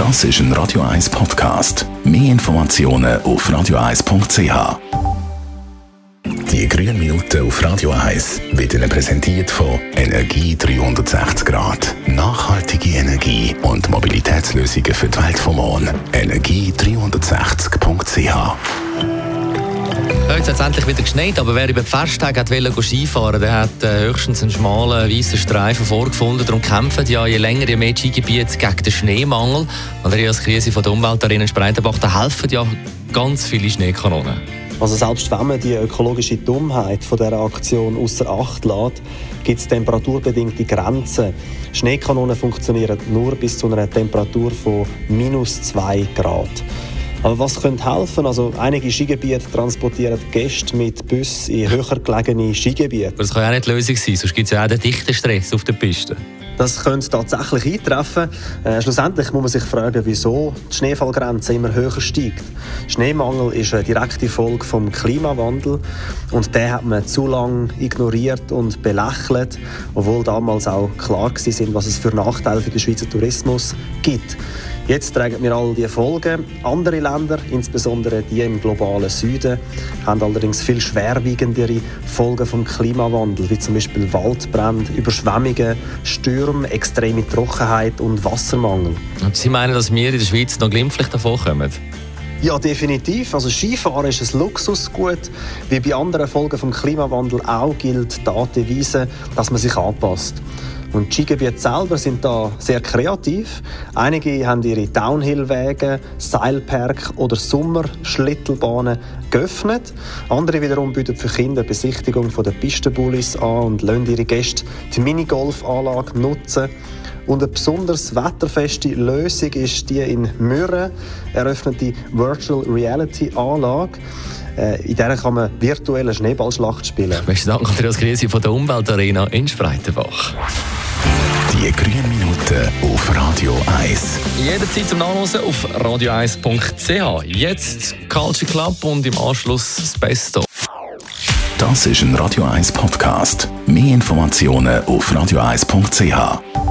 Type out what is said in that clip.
Das ist ein Radio 1 Podcast. Mehr Informationen auf radio1.ch. Die grünen Minuten auf Radio 1 wird Ihnen präsentiert von Energie 360 Grad. Nachhaltige Energie und Mobilitätslösungen für die Welt vom Morgen. Energie360.ch. Heute hat es endlich wieder geschneit, aber wer über die Festtage wollte Skifahren, der hat höchstens einen schmalen, weißen Streifen vorgefunden. Darum kämpfen ja je länger, je mehr Skigebiete gegen den Schneemangel. Andreas Krise von der Umweltarena Spreitenbach, da helfen ja ganz viele Schneekanonen. Also selbst wenn man die ökologische Dummheit von dieser Aktion außer Acht lässt, gibt es temperaturbedingte Grenzen. Schneekanonen funktionieren nur bis zu einer Temperatur von -2 Grad. Aber was könnte helfen? Also einige Skigebiete transportieren Gäste mit Bus in höher gelegene Skigebiete. Aber das kann ja auch nicht die Lösung sein, sonst gibt es ja auch den dichten Stress auf der Piste. Das könnte tatsächlich eintreffen. Schlussendlich muss man sich fragen, wieso die Schneefallgrenze immer höher steigt. Schneemangel ist eine direkte Folge vom Klimawandel und den hat man zu lange ignoriert und belächelt, obwohl damals auch klar war, was es für Nachteile für den Schweizer Tourismus gibt. Jetzt tragen wir all diese Folgen. Andere Länder, insbesondere die im globalen Süden, haben allerdings viel schwerwiegendere Folgen vom Klimawandel, wie zum Beispiel Waldbrände, Überschwemmungen, Stürme, extreme Trockenheit und Wassermangel. Und Sie meinen, dass wir in der Schweiz noch glimpflich davon kommen? Ja, definitiv. Also Skifahren ist ein Luxusgut. Wie bei anderen Folgen vom Klimawandel auch gilt Daten weisen, dass man sich anpasst. Und die Skigebiete selber sind da sehr kreativ. Einige haben ihre Downhill-Wege, Seilpark oder Sommerschlittelbahnen geöffnet. Andere wiederum bieten für Kinder Besichtigung der Pistenbullis an und lassen ihre Gäste die Minigolfanlage nutzen. Und eine besonders wetterfeste Lösung ist die in Mürren eröffnete Virtual Reality Anlage. In der kann man virtuelle Schneeballschlacht spielen. Besten Dank, Andreas Krise von der Umweltarena in Spreitenbach. Die grünen Minuten auf Radio 1. Jederzeit zum Nachlesen auf radio1.ch. Jetzt Culture Club und im Anschluss das Beste. Das ist ein Radio 1 Podcast. Mehr Informationen auf radio1.ch.